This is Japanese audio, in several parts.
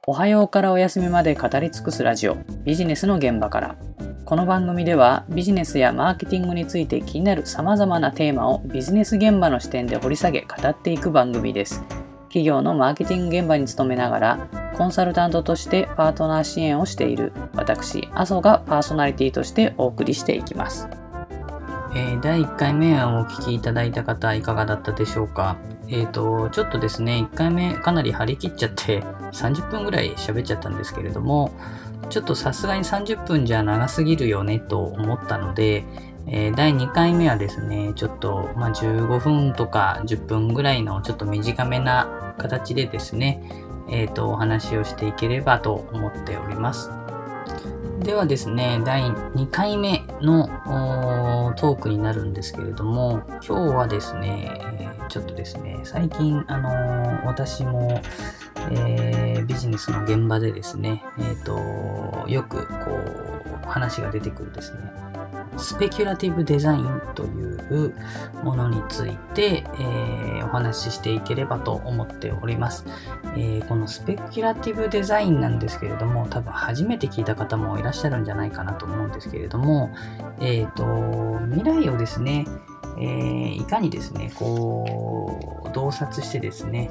おはようからお休みまで語り尽くすラジオ、ビジネスの現場から。この番組ではビジネスやマーケティングについて気になるさまざまなテーマをビジネス現場の視点で掘り下げ語っていく番組です。企業のマーケティング現場に勤めながらコンサルタントとしてパートナー支援をしている私、阿蘇がパーソナリティとしてお送りしていきます。第1回目をお聞きいただいた方いかがだったでしょうか。ちょっとですね、1回目かなり張り切っちゃって30分ぐらい喋っちゃったんですけれども、ちょっとさすがに30分じゃ長すぎるよねと思ったので、第2回目はですね、ちょっと、15分とか10分ぐらいのちょっと短めな形でですね、お話をしていければと思っております。ではですね、第2回目のトークになるんですけれども、今日はですね、ちょっとですね、最近私も、ビジネスの現場でですね、よく話が出てくるですね、スペキュラティブデザインというものについて、お話ししていければと思っております。このスペキュラティブデザインなんですけれども、多分初めて聞いた方もいらっしゃるんじゃないかなと思うんですけれども、未来をですね、いかにですね、洞察してですね、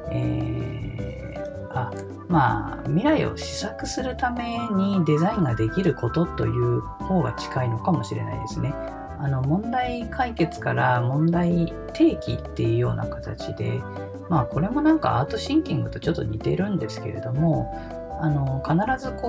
未来を試作するためにデザインができることという方が近いのかもしれないですね。問題解決から問題提起っていうような形で、これもなんかアートシンキングとちょっと似てるんですけれども、必ず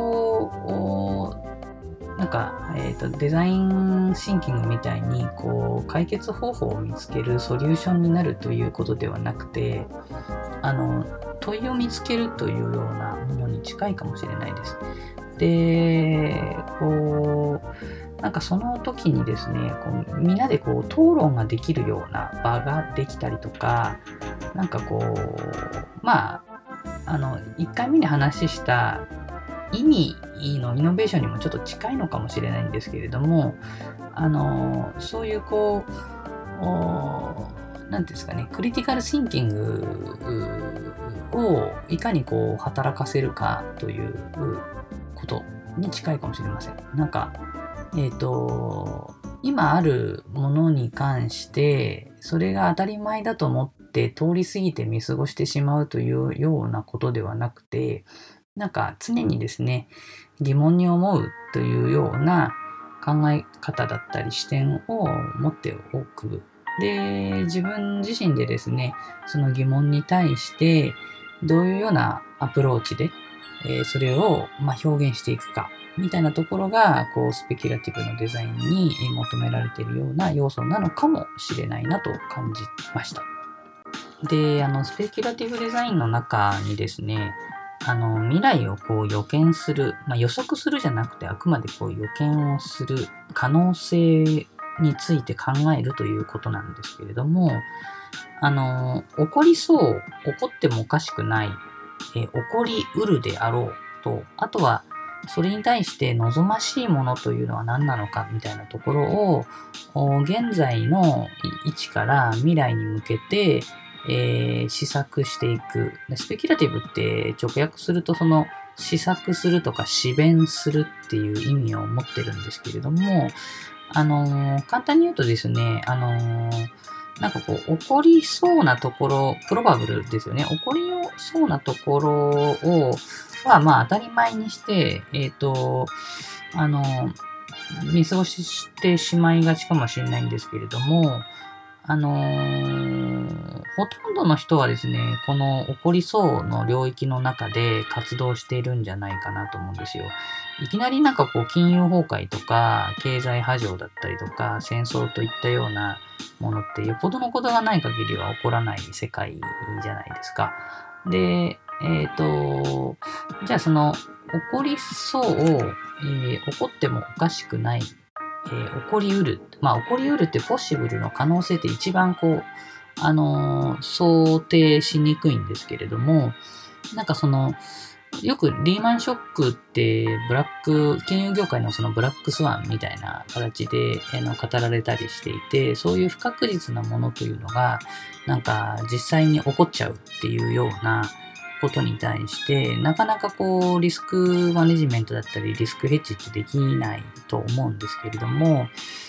デザインシンキングみたいに解決方法を見つけるソリューションになるということではなくて、問いを見つけるというようなものに近いかもしれないです。で、その時にですね、みんなで討論ができるような場ができたりとか、1回目に話した意味のイノベーションにもちょっと近いのかもしれないんですけれども、そういうなんですかね、クリティカルシンキングをいかに働かせるかということに近いかもしれません。今あるものに関してそれが当たり前だと思って通り過ぎて見過ごしてしまうというようなことではなくて、常にですね、疑問に思うというような考え方だったり視点を持っておく。で、自分自身でですね、その疑問に対してどういうようなアプローチで、それを表現していくかみたいなところがスペキュラティブのデザインに求められているような要素なのかもしれないなと感じました。で、スペキュラティブデザインの中にですね、未来を予見する、予測するじゃなくてあくまで予見をする可能性について考えるということなんですけれども、起こりそう、起こってもおかしくない、起こりうるであろうと、あとはそれに対して望ましいものというのは何なのかみたいなところを現在の位置から未来に向けて、試作していく。スペキュラティブって直訳すると試作するとか試弁するっていう意味を持ってるんですけれども、簡単に言うとですね、起こりそうなところ、プロバブルですよね。起こりそうなところを、当たり前にして、見過ごしてしまいがちかもしれないんですけれども、ほとんどの人はですね、この起こりそうの領域の中で活動しているんじゃないかなと思うんですよ。いきなり金融崩壊とか経済波状だったりとか戦争といったようなものってよっぽどのことがない限りは起こらない世界じゃないですか。で、じゃあその起こりそう、起こってもおかしくない、起こりうる。起こりうるってポッシブルの可能性って一番想定しにくいんですけれども、よくリーマンショックって金融業界のそのブラックスワンみたいな形で語られたりしていて、そういう不確実なものというのが実際に起こっちゃうっていうようなことに対して、なかなかこう、リスクマネジメントだったり、リスクヘッジってできないと思うんですけれども、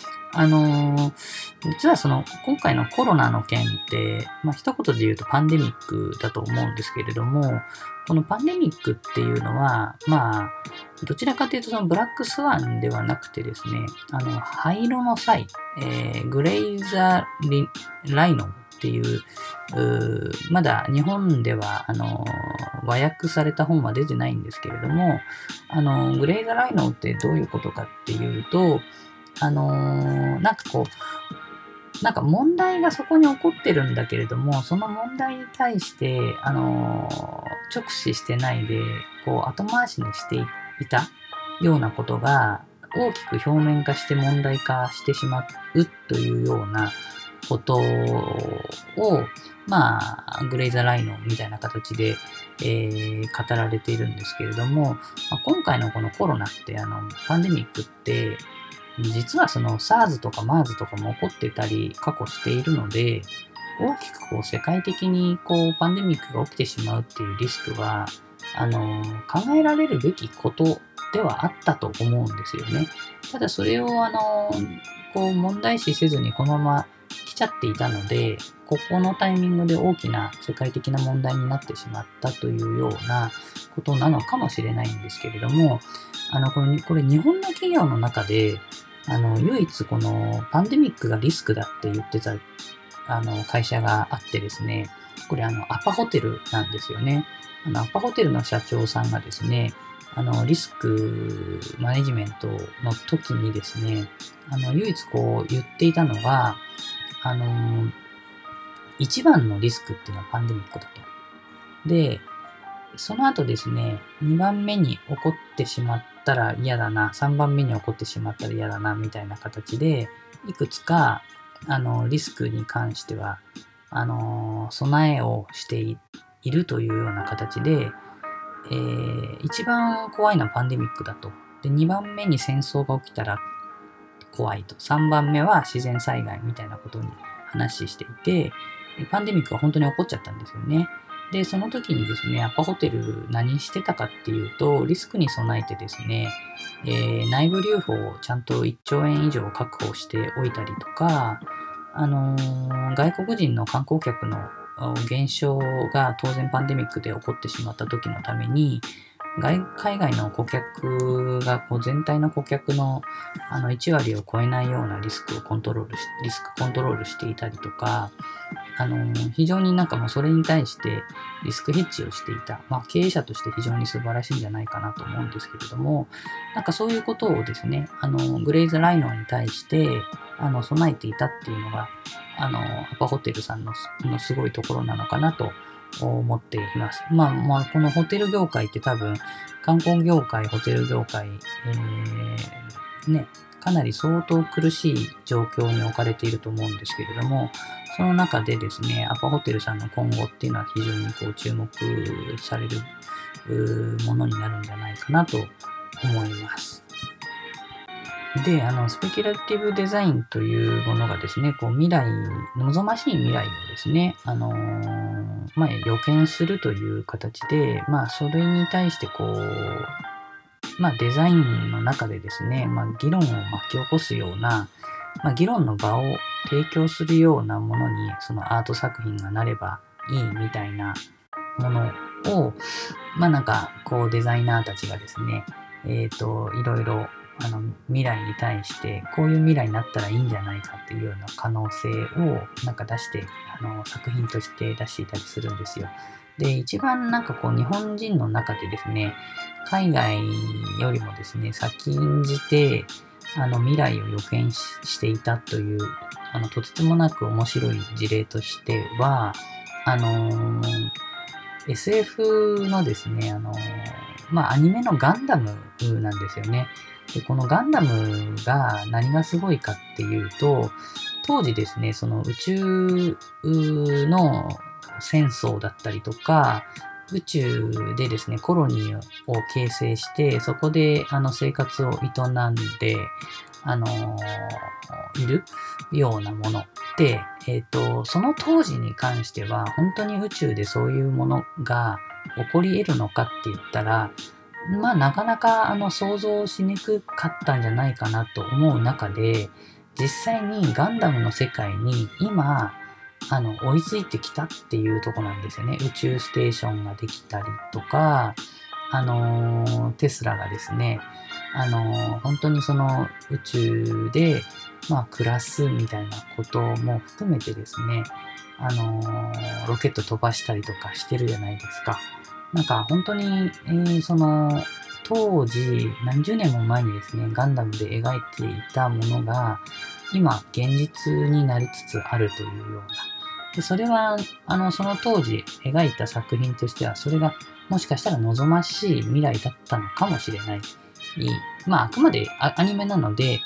実は今回のコロナの件って、一言で言うとパンデミックだと思うんですけれども、このパンデミックっていうのは、どちらかというとブラックスワンではなくてですね、灰色の際、グレイザーライノっていう、まだ日本では、和訳された本は出てないんですけれども、グレイザーライノってどういうことかっていうと、なんか問題がそこに起こってるんだけれども、その問題に対して、直視してないで、後回しにしていたようなことが、大きく表面化して問題化してしまうというようなことを、グレイザーライノみたいな形で、語られているんですけれども、今回のこのコロナって、パンデミックって、実はSARS とか MERS とかも起こってたり過去しているので、大きく世界的にパンデミックが起きてしまうっていうリスクは、考えられるべきことではあったと思うんですよね。ただそれを問題視せずにこのまま来ちゃっていたので、ここのタイミングで大きな世界的な問題になってしまったというようなことなのかもしれないんですけれども、これ日本の企業の中で、唯一このパンデミックがリスクだって言ってた会社があってですね、これアパホテルなんですよね。アパホテルの社長さんがですね、リスクマネジメントの時にですね、唯一言っていたのが、一番のリスクっていうのはパンデミックだと。で、その後ですね、2番目に起こってしまったら嫌だな、3番目に起こってしまったら嫌だな、みたいな形で、いくつか、リスクに関しては、備えをしているというような形で、一番怖いのはパンデミックだと。で、2番目に戦争が起きたら怖いと。3番目は自然災害みたいなことに話していて、パンデミックが本当に起こっちゃったんですよね。で、その時にですね、アパホテル何してたかっていうと、リスクに備えてですね、内部留保をちゃんと1兆円以上確保しておいたりとか、外国人の観光客の減少が当然パンデミックで起こってしまった時のために、海外の顧客が全体の顧客の1割を超えないようなリスクコントロールしていたりとか、非常にもうそれに対してリスクヘッジをしていた、経営者として非常に素晴らしいんじゃないかなと思うんですけれども、そういうことをですね、グレイズ・ライノーに対して備えていたっていうのがアパホテルさんのすごいところなのかなと思っています。このホテル業界って多分観光業界、ホテル業界、かなり相当苦しい状況に置かれていると思うんですけれども、その中でですね、アパホテルさんの今後っていうのは非常に注目されるものになるんじゃないかなと思います。で、スペキュラティブデザインというものがですね、望ましい未来をですね、予見するという形で、それに対してデザインの中でですね、議論を巻き起こすような、議論の場を提供するようなものに、そのアート作品がなればいいみたいなものを、デザイナーたちがですね、いろいろ、未来に対して、こういう未来になったらいいんじゃないかっていうような可能性を出して、作品として出していたりするんですよ。で、一番日本人の中でですね、海外よりもですね、先んじて、未来を予見していたという、とてつもなく面白い事例としては、SF のですね、アニメのガンダムなんですよね。で、このガンダムが何がすごいかっていうと、当時ですね、その宇宙の戦争だったりとか、宇宙でですね、コロニーを形成して、そこで生活を営んで、いるようなものって、その当時に関しては、本当に宇宙でそういうものが起こり得るのかって言ったら、まあなかなか想像しにくかったんじゃないかなと思う中で、実際にガンダムの世界に今、追いついてきたっていうとこなんですよね。宇宙ステーションができたりとか、テスラがですね、本当にその宇宙で、暮らすみたいなことも含めてですね、ロケット飛ばしたりとかしてるじゃないですか。なんか本当に、当時何十年も前にですね、ガンダムで描いていたものが、今現実になりつつあるというような。で、それは、その当時描いた作品としては、それがもしかしたら望ましい未来だったのかもしれない。あくまでアニメなので、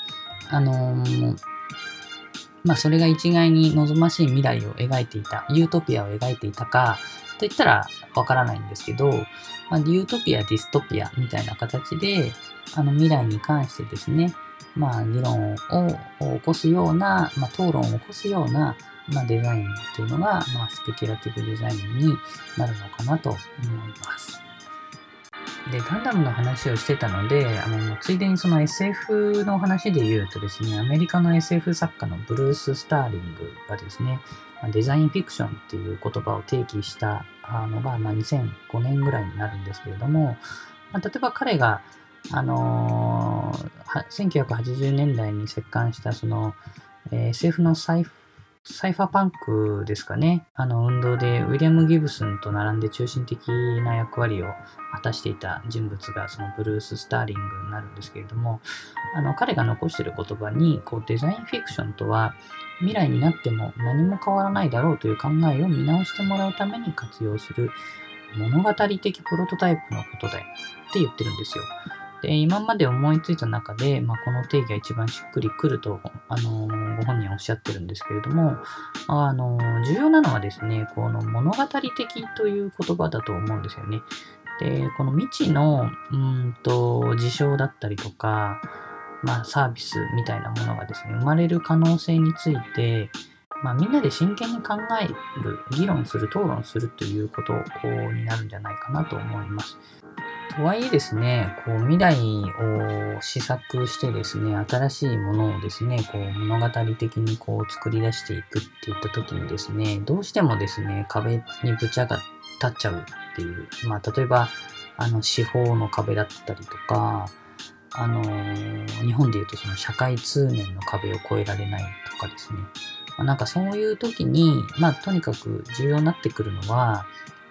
それが一概に望ましい未来を描いていた、ユートピアを描いていたか、といったらわからないんですけど、ユートピア、ディストピアみたいな形で、未来に関してですね、議論を起こすような、討論を起こすような、デザインというのが、スペキュラティブデザインになるのかなと思います。で、ガンダムの話をしてたので、ついでにその SF の話で言うとですね、アメリカの SF 作家のブルース・スターリングがですね、デザインフィクションっていう言葉を提起したのが、2005年ぐらいになるんですけれども、例えば彼が、1980年代に接管したその、SF のサイファーパンクですかね。運動でウィリアム・ギブスンと並んで中心的な役割を果たしていた人物がそのブルース・スターリングになるんですけれども、彼が残している言葉に、デザインフィクションとは未来になっても何も変わらないだろうという考えを見直してもらうために活用する物語的プロトタイプのことだよって言ってるんですよ。で、今まで思いついた中で、この定義が一番しっくりくると、ご本人はおっしゃってるんですけれども、重要なのはですね、この物語的という言葉だと思うんですよね。で、この未知の、事象だったりとか、サービスみたいなものがですね、生まれる可能性について、みんなで真剣に考える、議論する、討論するということになるんじゃないかなと思います。とはいえですね、未来を試作してですね、新しいものをですね、物語的に作り出していくっていった時にですね、どうしてもですね、壁にぶち当たっちゃうっていう、例えば、司法の壁だったりとか、日本でいうとその社会通念の壁を越えられないとかですね、なんかそういう時に、とにかく重要になってくるのは、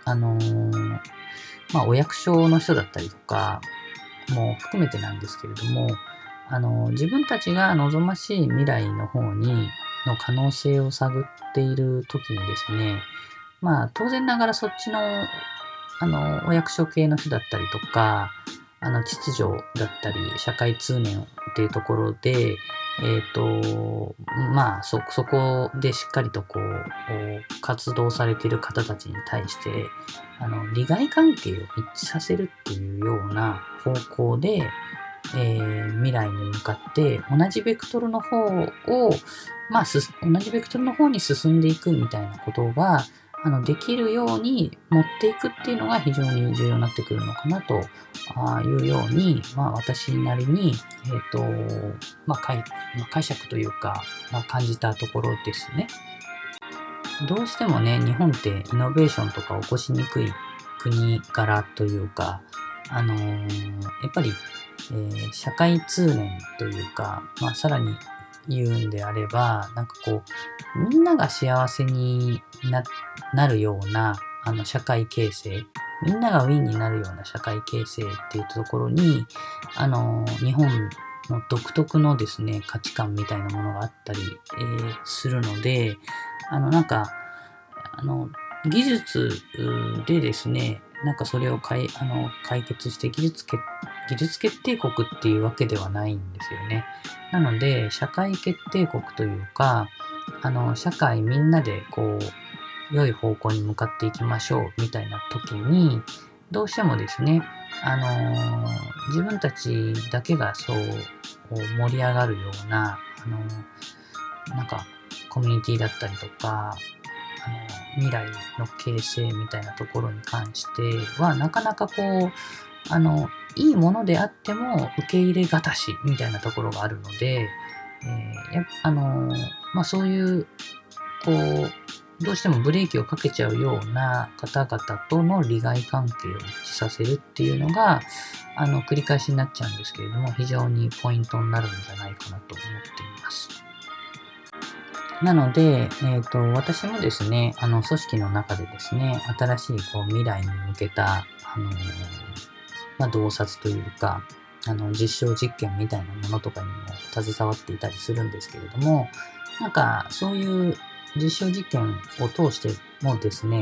お役所の人だったりとかも含めてなんですけれども、自分たちが望ましい未来の方にの可能性を探っている時にですね、当然ながらそっちのお役所系の人だったりとか、秩序だったり社会通念っていうところで、そこでしっかりと活動されている方たちに対して、利害関係を一致させるっていうような方向で、未来に向かって同じベクトルの方を、同じベクトルの方に進んでいくみたいなことが、できるように持っていくっていうのが非常に重要になってくるのかなというように、私なりに、解釈というか、感じたところですね。どうしてもね、日本ってイノベーションとか起こしにくい国柄というか、やっぱり、社会通念というか、さらに言うんであれば、みんなが幸せになるような社会形成、みんながウィンになるような社会形成っていうところに、日本の独特のですね、価値観みたいなものがあったり、するので、技術でですね、それを解決して技術決定国っていうわけではないんですよね。なので、社会決定国というか、社会みんなで良い方向に向かっていきましょうみたいな時に、どうしてもですね、自分たちだけがそう盛り上がるような、コミュニティだったりとか、 未来の形成みたいなところに関しては、なかなかいいものであっても受け入れがたしみたいなところがあるので、そういう、どうしてもブレーキをかけちゃうような方々との利害関係を一致させるっていうのが、繰り返しになっちゃうんですけれども、非常にポイントになるんじゃないかなと思っています。なので、私もですね、組織の中でですね、新しい未来に向けた、洞察というか、実証実験みたいなものとかにも携わっていたりするんですけれども、そういう実証実験を通してもですね、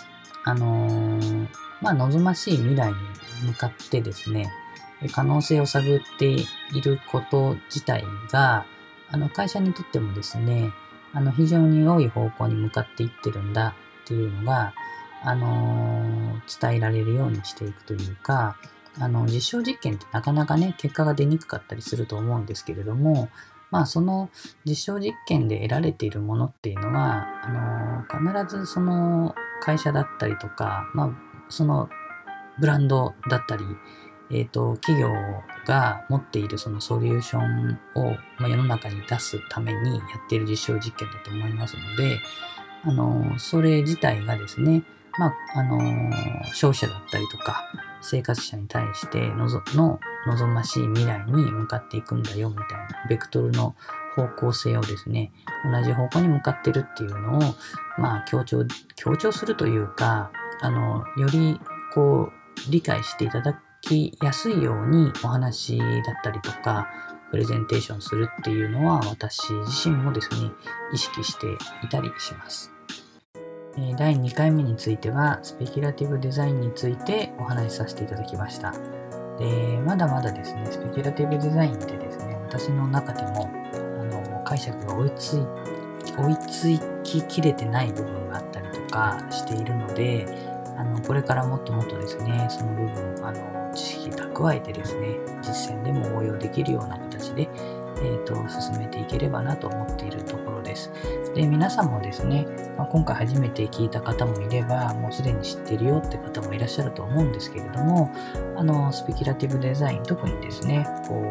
望ましい未来に向かってですね、可能性を探っていること自体が、会社にとってもですね、非常に良い方向に向かっていってるんだっていうのが、伝えられるようにしていくというか、実証実験ってなかなかね、結果が出にくかったりすると思うんですけれども、その実証実験で得られているものっていうのは、必ずその会社だったりとか、そのブランドだったり、企業が持っているそのソリューションを、世の中に出すためにやっている実証実験だと思いますので、それ自体がですね、消費者だったりとか、生活者に対して望ましい未来に向かっていくんだよみたいな、ベクトルの方向性をですね、同じ方向に向かってるっていうのを、強調するというか、より理解していただきやすいようにお話だったりとか、プレゼンテーションするっていうのは私自身もですね、意識していたりします。第2回目については、スペキュラティブデザインについてお話しさせていただきました。で、まだまだですね、スペキュラティブデザインってですね、私の中でも、解釈が追いつききれてない部分があったりとかしているので、これからもっともっとですね、その部分、知識蓄えてですね、実践でも応用できるような形で、進めていければなと思っているところです。で、皆さんもですね、今回初めて聞いた方もいれば、もうすでに知ってるよって方もいらっしゃると思うんですけれども、スペキュラティブデザイン、特にですね、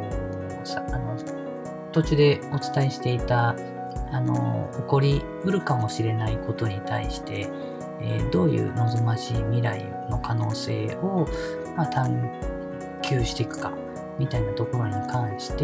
途中でお伝えしていた、起こりうるかもしれないことに対して、どういう望ましい未来の可能性を、探求していくかみたいなところに関して、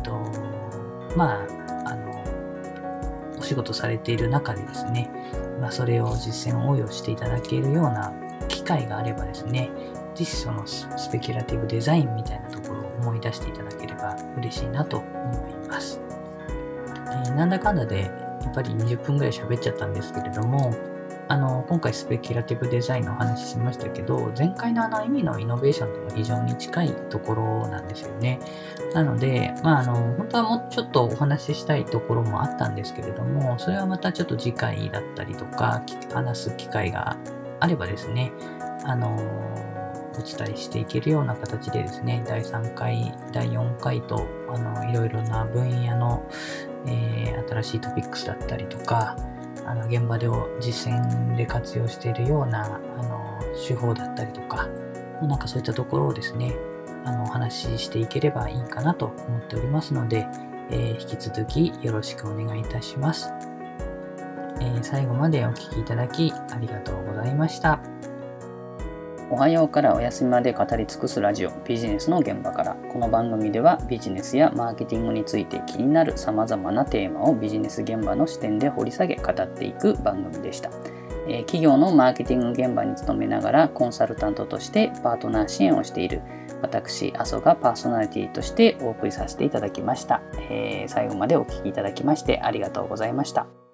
お仕事されている中でですね、それを実践応用していただけるような機会があればですね、ぜひそのスペキュラティブデザインみたいなところを思い出していただければ嬉しいなと思います。なんだかんだでやっぱり20分ぐらい喋っちゃったんですけれども、今回スペキュラティブデザインのお話ししましたけど、前回の意味のイノベーションとも非常に近いところなんですよね。なので、本当はもうちょっとお話ししたいところもあったんですけれども、それはまたちょっと次回だったりとか、話す機会があればですね、お伝えしていけるような形でですね、第3回、第4回と、いろいろな分野の、新しいトピックスだったりとか、現場で実践で活用しているような手法だったりとか、そういったところをですね、お話ししていければいいかなと思っておりますので、引き続きよろしくお願いいたします。最後までお聞きいただきありがとうございました。おはようからお休みまで語り尽くすラジオ、ビジネスの現場から。この番組ではビジネスやマーケティングについて気になる様々なテーマをビジネス現場の視点で掘り下げ語っていく番組でした。企業のマーケティング現場に勤めながらコンサルタントとしてパートナー支援をしている私、阿蘇がパーソナリティとしてお送りさせていただきました。最後までお聞きいただきましてありがとうございました。